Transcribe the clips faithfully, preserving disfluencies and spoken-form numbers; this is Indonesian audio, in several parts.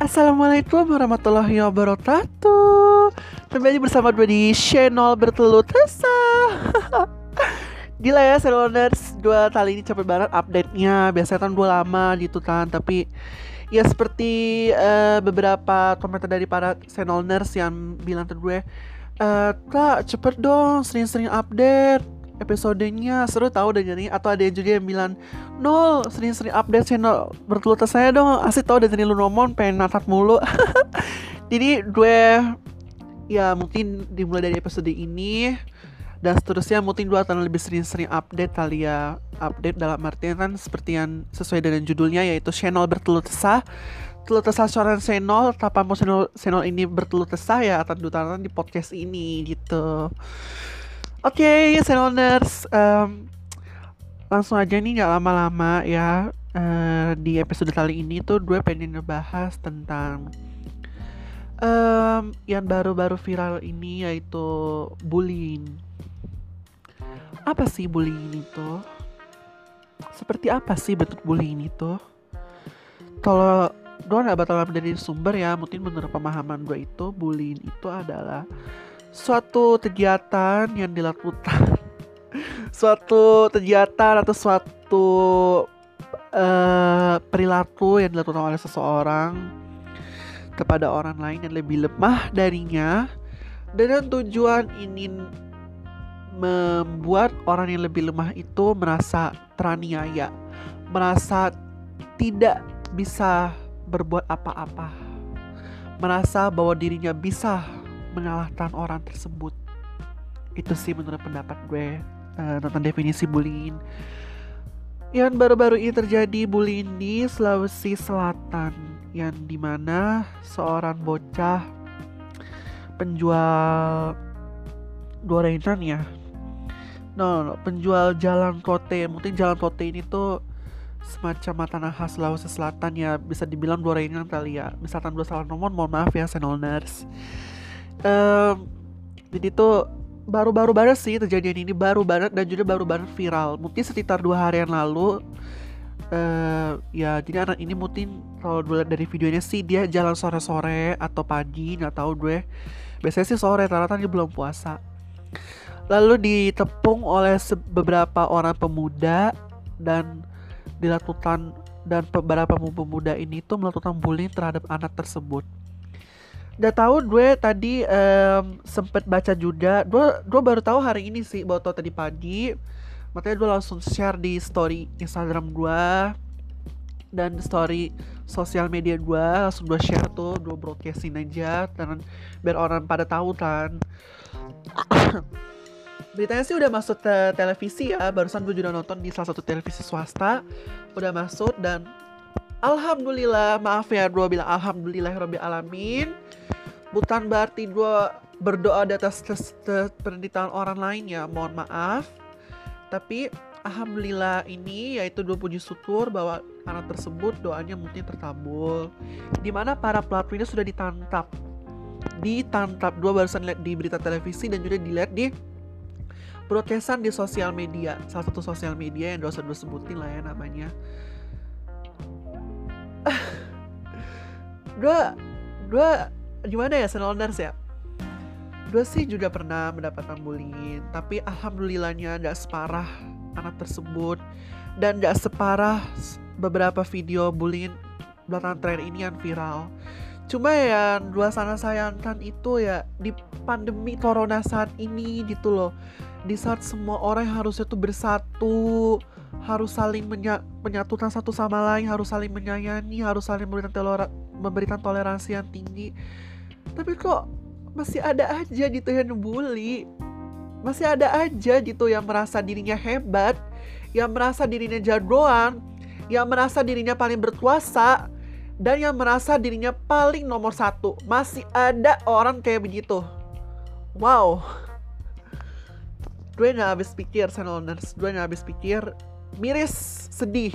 Assalamualaikum warahmatullahi wabarakatuh. Kembali bersama gue di channel Bertelut Rasa. Gila ya Seloners, dua kali ini cepet banget update-nya. Biasanya kan gue lama gitu kan. Tapi ya seperti uh, beberapa komentar dari para Seloners yang bilang ke gue, uh, Kak cepet dong sering-sering update episodenya, seru tahu dengerin. Atau ada yang juga yang bilang, Nol sering-sering update channel Bertelut saya dong, asik tau dengerin lu ngomong, pengen natat mulu. Jadi gue ya mungkin dimulai dari episode ini dan seterusnya mungkin gue akan lebih sering-sering update kali ya. Update dalam artian kan seperti yang sesuai dengan judulnya, yaitu channel Bertelut Sah. Telut Sah seorang channel, tanpa mau channel, channel ini bertelut sah ya akan diutarakan di podcast ini gitu. Oke, okay, Seloners, um, langsung aja nih gak lama-lama ya. uh, Di episode kali ini tuh gue pengen ngebahas tentang um, yang baru-baru viral ini, yaitu bullying. Apa sih bullying itu? Seperti apa sih bentuk bullying itu? Kalau gue gak bakal ambil dari sumber ya, mungkin menurut pemahaman gue itu bullying itu adalah suatu kegiatan yang dilakukan suatu kegiatan atau suatu uh, perilaku yang dilakukan oleh seseorang kepada orang lain yang lebih lemah darinya, dengan tujuan ingin membuat orang yang lebih lemah itu merasa teraniaya, merasa tidak bisa berbuat apa-apa, merasa bahwa dirinya bisa mengalahkan orang tersebut. Itu sih menurut pendapat gue uh, tentang definisi bullying. Yang baru-baru ini terjadi bullying di Sulawesi Selatan, yang dimana seorang bocah penjual gorengan ya no, no, no penjual jalan kote, mungkin jalan kote ini tuh semacam makanan khas Sulawesi Selatan ya, bisa dibilang gorengan kali ya. Misalkan gue salah nomor, mohon maaf ya Senolners. Um, jadi tuh baru-baru banget sih kejadian ini, baru banget dan juga baru banget viral. Mungkin sekitar dua hari yang lalu. Uh, ya jadi anak ini mungkin kalau gue lihat dari videonya sih dia jalan sore-sore atau pagi, nggak tahu gue. Biasanya sih sore, ternyata dia belum puasa. Lalu ditepung oleh beberapa orang pemuda dan dilakukan, dan beberapa pemuda ini tuh melakukan bullying terhadap anak tersebut. Udah tahu gue tadi um, sempet baca juga. Gue gue baru tahu hari ini sih, baru tahu tadi pagi. Makanya gue langsung share di story Instagram gue dan story sosial media gue. Langsung gue share tuh, gue broadcastin aja dan biar orang pada tahu kan. Beritanya sih udah masuk ke televisi ya. Barusan gue juga nonton di salah satu televisi swasta. Udah masuk dan alhamdulillah, maaf ya gue bilang alhamdulillahirabbil alamin. Bukan berarti gue berdoa di atas penderitaan orang lain ya, mohon maaf. Tapi alhamdulillah ini, yaitu gue puji syukur bahwa anak tersebut doanya mungkin terkabul. Dimana para pelaku ini sudah ditangkap. Ditangkap, gue barusan lihat di berita televisi dan juga dilihat di broadcastan di sosial media. Salah satu sosial media yang gak usah gue sebutin lah ya namanya. Gue Gue gimana ya Senolners ya, gue sih juga pernah mendapatkan bullying, tapi alhamdulillahnya gak separah anak tersebut dan gak separah beberapa video bullying belakangan terakhir ini yang viral. Cuma yang gue sangat sayangkan itu ya di pandemi corona saat ini gitu loh, di saat semua orang harusnya tuh bersatu, harus saling menya- menyatukan satu sama lain, harus saling menyayangi, harus saling memberikan, telora- memberikan toleransi yang tinggi. Tapi kok masih ada aja gitu yang bully, masih ada aja gitu yang merasa dirinya hebat, yang merasa dirinya jagoan, yang merasa dirinya paling berkuasa, dan yang merasa dirinya paling nomor satu. Masih ada orang kayak begitu. Wow. Gue gak habis pikir Senolners, gue gak habis pikir, miris, sedih.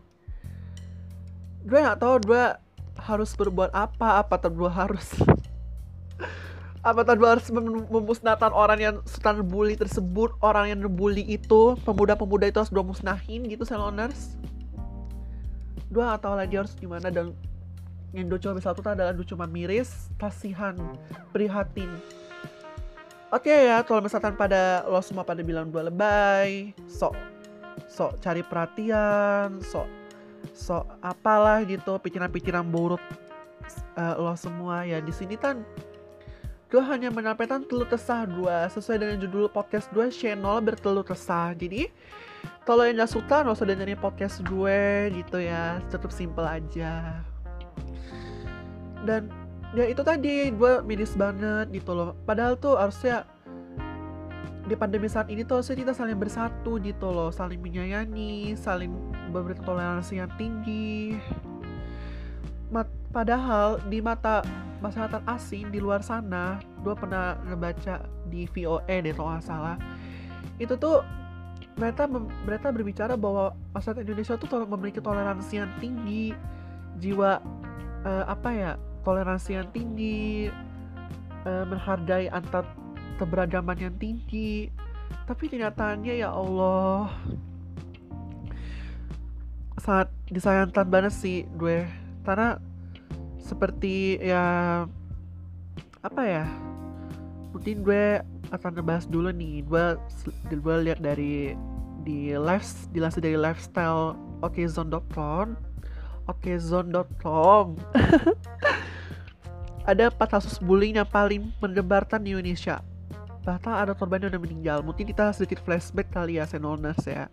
Gue gak tahu gue harus berbuat apa, apa gue harus apa gue harus mem- memusnahkan orang yang sedang bully tersebut, orang yang bully itu, pemuda-pemuda itu harus gue musnahin gitu Senolners. Gue gak tahu lagi harus gimana, dan Yang Docu satu tuh adalah Docu cuma miris, kasihan, prihatin. Oke ya, kalau misalkan pada lo semua pada bilang gue lebay, sok sok cari perhatian, sok sok apalah gitu, pikiran-pikiran buruk uh, lo semua ya. Di sini kan gue hanya menyampaikan keluh kesah gue sesuai dengan judul podcast gue, channel berkeluh kesah. Jadi kalau yang gak suka gak usah dengerin podcast gue gitu ya, cukup simple aja. Dan ya itu tadi, gue miris banget gitu loh. Padahal tuh harusnya di pandemi saat ini tuh harusnya kita saling bersatu gitu loh, saling menyayangi, saling memberikan toleransi yang tinggi. Mat- padahal di mata masyarakat asing di luar sana, gue pernah ngebaca di V O A deh kalau nggak salah, itu tuh mereka mem- mereka berbicara bahwa masyarakat Indonesia tuh tol- memiliki toleransi yang tinggi, jiwa uh, apa ya toleransi yang tinggi, uh, menghargai antar keberagaman yang tinggi. Tapi kenyataannya ya Allah, sangat disayangkan banget sih gue, karena seperti ya apa ya, mungkin gue akan ngebahas dulu nih. Gue gue lihat dari di live dilansir dari lifestyle okezone dot com okezone dot com ada empat kasus bullying yang paling mendebarkan di Indonesia. Bahkan ada korban yang udah meninggal. Mungkin kita sedikit flashback kali ya, Senoners ya.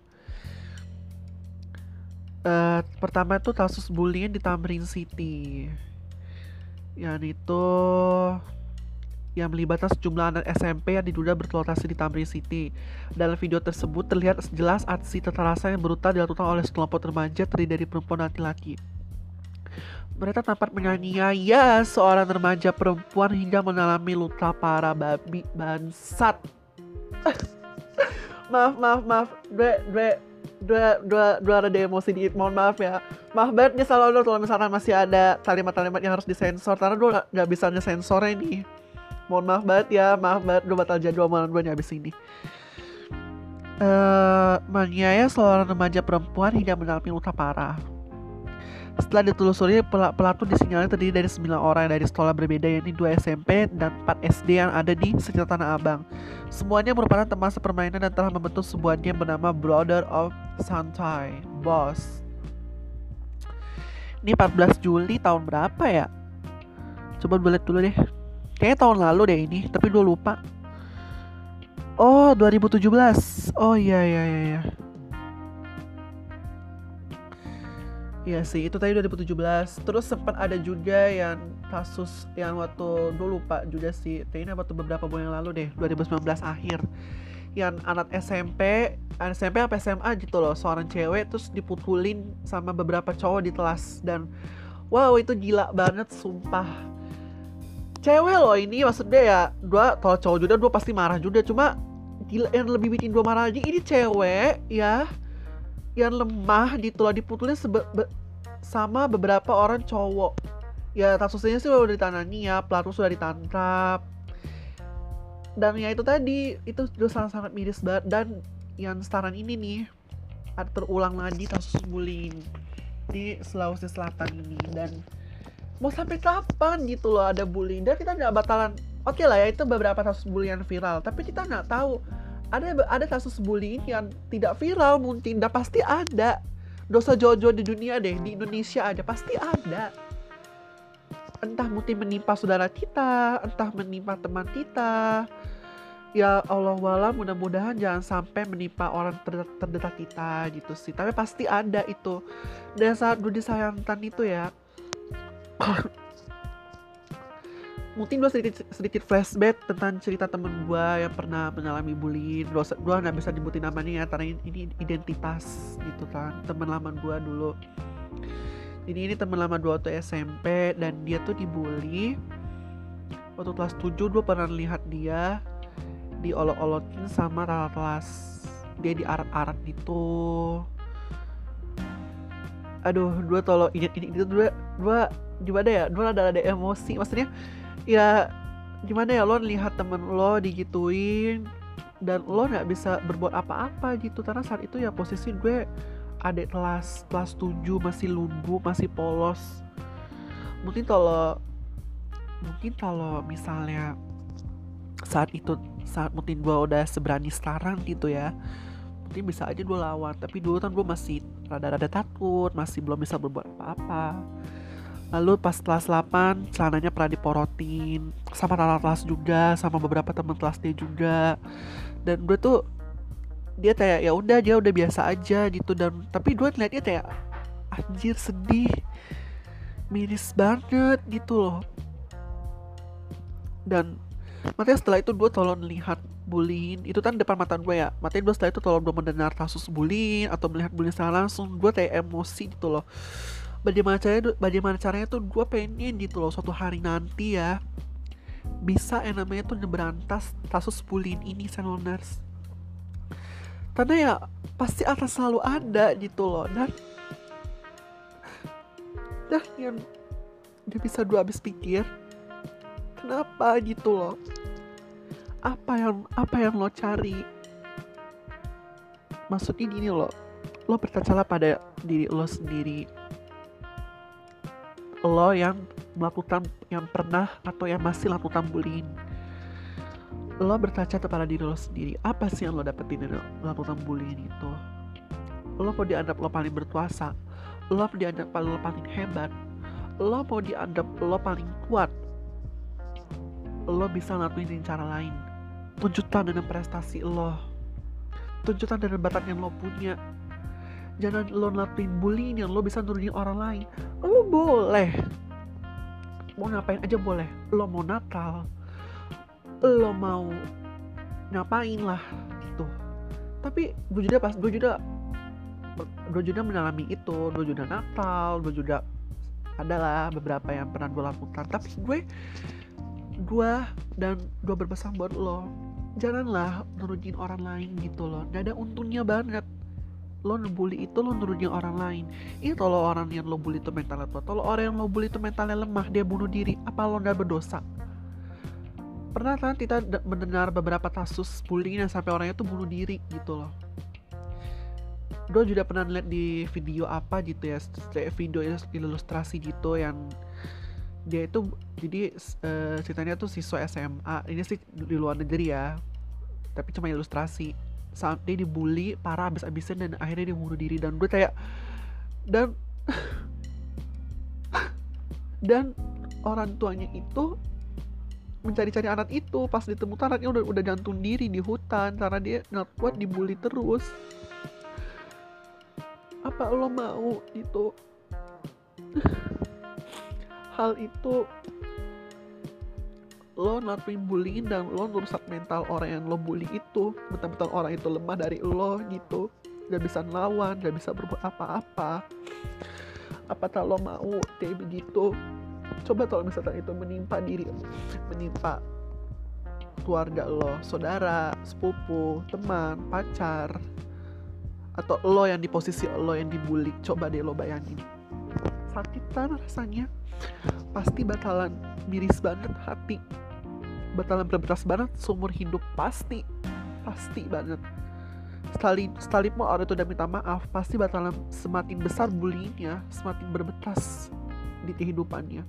Uh, pertama itu kasus bullying di Tamrin City. Yang itu yang melibatkan sejumlah anak S M P yang diduga berlokasi di Tamrin City. Dalam video tersebut terlihat jelas aksi kekerasan yang brutal dilakukan oleh sekelompok remaja terdiri dari perempuan dan laki-laki. Mereka tampak menganiaya seorang remaja perempuan hingga mengalami luka parah. Babi bangsat. maaf maaf maaf dua dua dua dua dua ada emosi dikit, mohon maaf ya. Maaf banget nih selalu kalau misalkan masih ada kalimat-kalimat yang harus disensor, karena gue gak, gak bisa ngesensornya nih. Mohon maaf banget ya, maaf banget gue batal jadwal malam gue nih abis ini. Uh, menganiaya seorang remaja perempuan hingga mengalami luka parah. Setelah ditelusuri, pelaku disinyalir terdiri dari sembilan orang dari sekolah berbeda, yakni dua S M P dan empat S D yang ada di sekitar Tanah Abang. Semuanya merupakan teman sepermainan dan telah membentuk sebuah game bernama Brother of Santai Boss. Ini empat belas Juli tahun berapa ya? Coba gue lihat dulu deh. Kayaknya tahun lalu deh ini, tapi gue lupa. Oh, dua ribu tujuh belas. Oh iya iya iya iya. Iya sih, itu tadi dua ribu tujuh belas. Terus sempat ada juga yang kasus yang waktu dulu lupa juga sih. Kayaknya waktu beberapa bulan yang lalu deh, dua ribu sembilan belas akhir. Yang anak S M P, S M P apa S M A gitu loh, seorang cewek terus dipukulin sama beberapa cowok di kelas. Dan wow, itu gila banget sumpah. Cewek loh ini, maksudnya ya, dua kalau cowok juga dua pasti marah juga. Cuma gila, yang lebih bikin dua marah lagi ini cewek ya, yang lemah gitu loh, diputulin sebe- be- sama beberapa orang cowok. Ya kasusnya sih udah ditangani ya, pelaku sudah ditangkap. Dan ya itu tadi, itu sudah sangat-sangat miris banget. Dan yang sekarang ini nih, ada terulang lagi kasus bullying di Sulawesi Selatan ini. Dan mau sampai kapan gitu loh ada bullying. Dan kita gak bakalan, oke okay lah ya, itu beberapa kasus bullying yang viral, tapi kita gak tahu Ada ada kasus bullying yang tidak viral mungkin, dan pasti ada. Dosa Jojo di dunia deh, di Indonesia aja pasti ada. Entah mungkin menimpa saudara kita, entah menimpa teman kita. Ya Allah wala, mudah-mudahan jangan sampai menimpa orang ter- terdekat kita gitu sih. Tapi pasti ada itu. Dan saat gue disayangkan itu ya, mungkin gue sedikit, sedikit flashback tentang cerita temen gue yang pernah mengalami bullying. Gue gak bisa nyebutin namanya ya, karena ini identitas gitu kan, temen lama gue dulu. Jadi ini temen lama gue waktu S M P, dan dia tuh dibully. Waktu kelas tujuh gue pernah lihat dia diolok-olokin sama kakak kelas. Dia diarat-arat gitu. Aduh, gue tolong inget ini itu gue gue gimana ya, gue ada ada emosi. Maksudnya ya gimana ya, lo lihat temen lo digituin dan lo nggak bisa berbuat apa-apa gitu, karena saat itu ya posisi gue adik kelas kelas tujuh, masih lumbu, masih polos. mungkin kalau mungkin kalau misalnya saat itu saat mungkin gue udah seberani sekarang gitu ya, mungkin bisa aja gue lawan. Tapi dulu kan gue masih rada-rada takut, masih belum bisa berbuat apa-apa. Lalu pas kelas delapan celananya pernah diporotin sama kakak kelas juga, sama beberapa teman kelas dia juga. Dan gue tuh dia kayak ya udah dia udah biasa aja gitu. Dan tapi gue ngeliatnya kayak anjir sedih, miris banget gitu loh. Dan makanya setelah itu gue tolong melihat bullying itu kan depan mata gue ya. Makanya gue setelah itu tolong gue mendengar kasus bullying atau melihat bullying secara langsung, gue kayak emosi gitu loh. Bagaimana caranya, bagaimana caranya tuh gue pengen gitu loh suatu hari nanti ya bisa yang namanya tuh ngeberantas kasus bullying ini, Senoners. Karena ya pasti akan selalu ada gitu loh. Dan dan yang gak bisa gue habis pikir, kenapa gitu loh, apa yang apa yang lo cari? Maksudnya gini loh, lo berkacalah pada diri lo sendiri, lo yang melakukan, yang pernah atau yang masih lakukan bullying. Lo berkaca kepada diri lo sendiri, apa sih yang lo dapetin dari melakukan bullying itu? Lo mau dianggap lo paling berkuasa, lo mau dianggap lo paling hebat, lo mau dianggap lo paling kuat, lo bisa ngelakuin dengan cara lain. Tunjukkan dengan prestasi lo, tunjukkan dengan bakat yang lo punya. Jangan lo ngelakuin bullying yang lo bisa nurunin orang lain. Lo boleh mau ngapain aja boleh, lo mau nakal, lo mau ngapain lah gitu. Tapi gue juga pas gue juga gue juga mengalami itu, gue juga nakal, gue juga adalah beberapa yang pernah gue lakukan. Tapi gue gue dan gue berpesan buat lo, janganlah nurunin orang lain gitu loh. Gak ada untungnya banget lo ngebully itu, lo nurunin orang lain. Ini kalau orang yang lo bully itu mentalnya kuat, kalau orang yang lo bully itu mentalnya lemah, dia bunuh diri, apa lo gak berdosa? Pernah kan kita d- mendengar beberapa kasus bullying yang sampai orangnya tuh bunuh diri gitu loh. Gue juga pernah lihat di video apa gitu ya, kayak video ilustrasi gitu yang dia itu jadi uh, ceritanya tuh siswa S M A, ini sih di luar negeri ya, tapi cuma ilustrasi. Saat dia dibully parah abis-abisan dan akhirnya dia bunuh diri. Dan gue kayak dan dan orang tuanya itu mencari-cari anak itu, pas ditemukan anaknya udah udah gantung diri di hutan karena dia nggak kuat dibully terus. Apa lo mau itu hal itu lo ngelakuin bullying dan lo ngerusak mental orang yang lo bully itu, betul-betul orang itu lemah dari lo gitu, gak bisa ngelawan, gak bisa berbuat apa-apa. Apakah lo mau kayak begitu? Coba kalau misalkan itu menimpa diri, menimpa keluarga lo, saudara, sepupu, teman, pacar, atau lo yang di posisi lo yang dibully, coba deh lo bayangin. Sakit kan rasanya, pasti bakalan miris banget hati, bakalan berberas banget seumur hidup, pasti pasti banget. Sekali sekalipun orang itu udah minta maaf, pasti bakalan semakin besar bullyingnya, semakin berbekas di kehidupannya.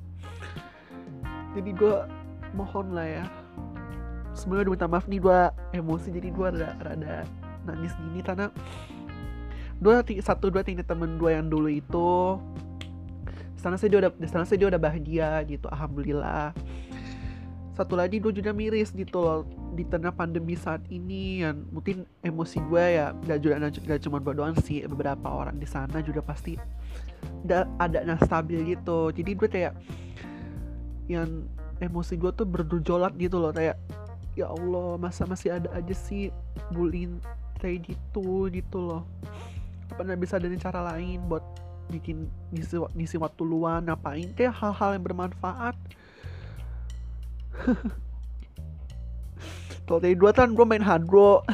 Jadi gue mohon lah ya, sebenarnya udah minta maaf nih, gue emosi jadi gue rada, rada nangis gini karena dua satu dua tiga temen gue yang dulu itu sana saya dia udah sana saya dia udah bahagia gitu, alhamdulillah. Satu lagi gue juga miris gitu loh di tengah pandemi saat ini, yang mungkin emosi gue ya gak juga gak cuma gue doang sih, beberapa orang di sana juga pasti ada ada yang stabil gitu. Jadi gue kayak yang emosi gue tuh bergejolak gitu loh, kayak ya Allah, masa masih ada aja sih bullying kayak gitu gitu loh. Apa nggak bisa ada cara lain buat bikin ngisi, ngisi waktu luang, ngapain kayak hal-hal yang bermanfaat. Kalau dari dua kan gue main hardro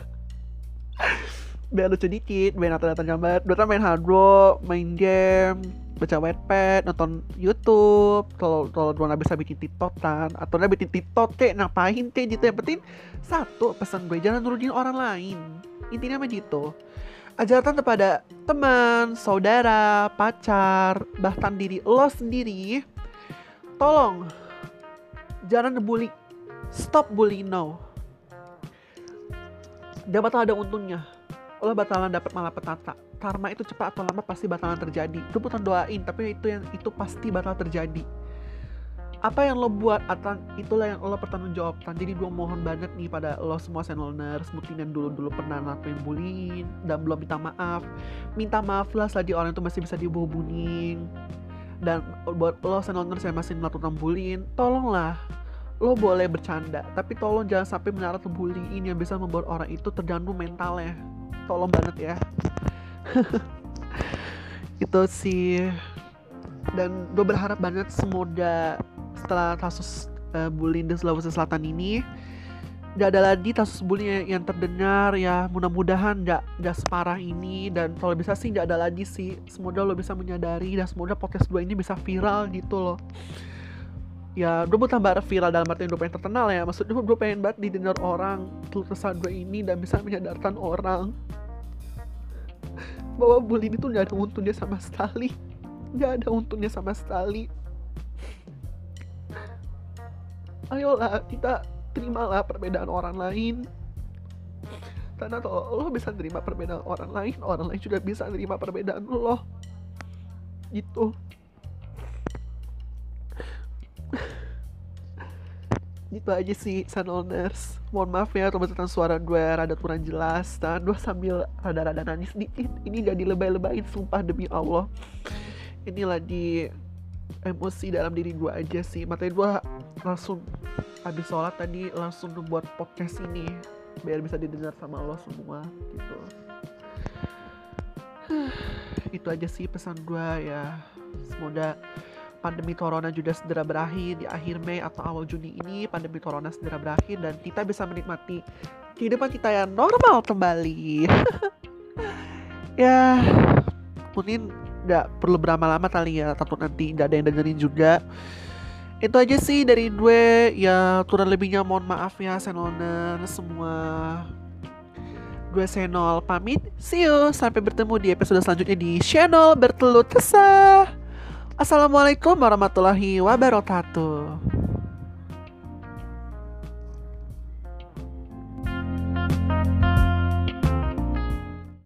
biar lucu dikit, main rata-rata gambar. Dua kan main hardro, main game, baca Wattpad, nonton YouTube. Kalau kalau gue nggak bisa bikin TikTok kan, atau nggak bikin TikTok kayak ngapain kayak gitu. Yang penting satu pesan gue, jangan nurunin orang lain. Intinya begitu. ajarkan kepada teman, saudara, pacar, bahkan diri lo sendiri. Tolong jangan ngebully. Stop bullying now. Dia bakal ada untungnya. Lo bakalan dapat malapetaka. Karma itu cepat atau lama pasti bakalan terjadi. Lu bukan doain, tapi itu yang itu pasti bakal terjadi. Apa yang lo buat, atau itulah yang lo pertanggungjawabkan. Jadi gue mohon banget nih pada lo semua channelers, mungkin yang dulu-dulu pernah ngelakuin bullying dan belum minta maaf. Minta maaf lah selagi orang itu masih bisa dihubungin. Dan buat lo channelers yang masih melakukan bullying, tolonglah. Lo boleh bercanda, tapi tolong jangan sampai mengarah ke bullying yang bisa membuat orang itu terganggu mentalnya. Tolong banget ya. Itu sih. Dan gue berharap banget semoga setelah kasus uh, bullying di Sulawesi Selatan ini gak ada lagi kasus bullying yang terdengar ya. Mudah-mudahan gak, gak separah ini. Dan kalau bisa sih gak ada lagi sih. Semoga lo bisa menyadari dan semoga podcast gue ini bisa viral gitu loh. Ya gue mau tambah viral dalam artian gue pengen terkenal ya. Maksudnya gue pengen banget didengar orang keluh kesah gue ini dan bisa menyadarkan orang bahwa bullying itu gak ada untungnya sama sekali. Gak ada untungnya sama sekali. Ayolah kita terimalah perbedaan orang lain. Karena kalau lo bisa terima perbedaan orang lain, orang lain juga bisa terima perbedaan lo. Gitu. Gitu aja sih channelers. Mohon maaf ya kalau misalkan suara gue rada kurang jelas. Dan gue sambil rada-rada nangis sedikit. Ini jadi lebay-lebayin sumpah demi Allah. Ini lagi emosi dalam diri gue aja sih. Makanya gue langsung habis sholat tadi langsung buat podcast ini biar bisa didengar sama lo semua gitu. Itu aja sih pesan gue ya. Semoga pandemi corona juga segera berakhir di akhir Mei atau awal Juni ini. Pandemi corona segera berakhir dan kita bisa menikmati kehidupan kita yang normal kembali. Ya mungkin gak perlu berlama-lama kali ya, takut nanti gak ada yang dengerin juga. Itu aja sih dari gue. Ya kurang lebihnya mohon maaf ya Senoner semua. Gue Senol pamit. See you. Sampai bertemu di episode selanjutnya di channel Bertelut Kesah. Assalamualaikum warahmatullahi wabarakatuh.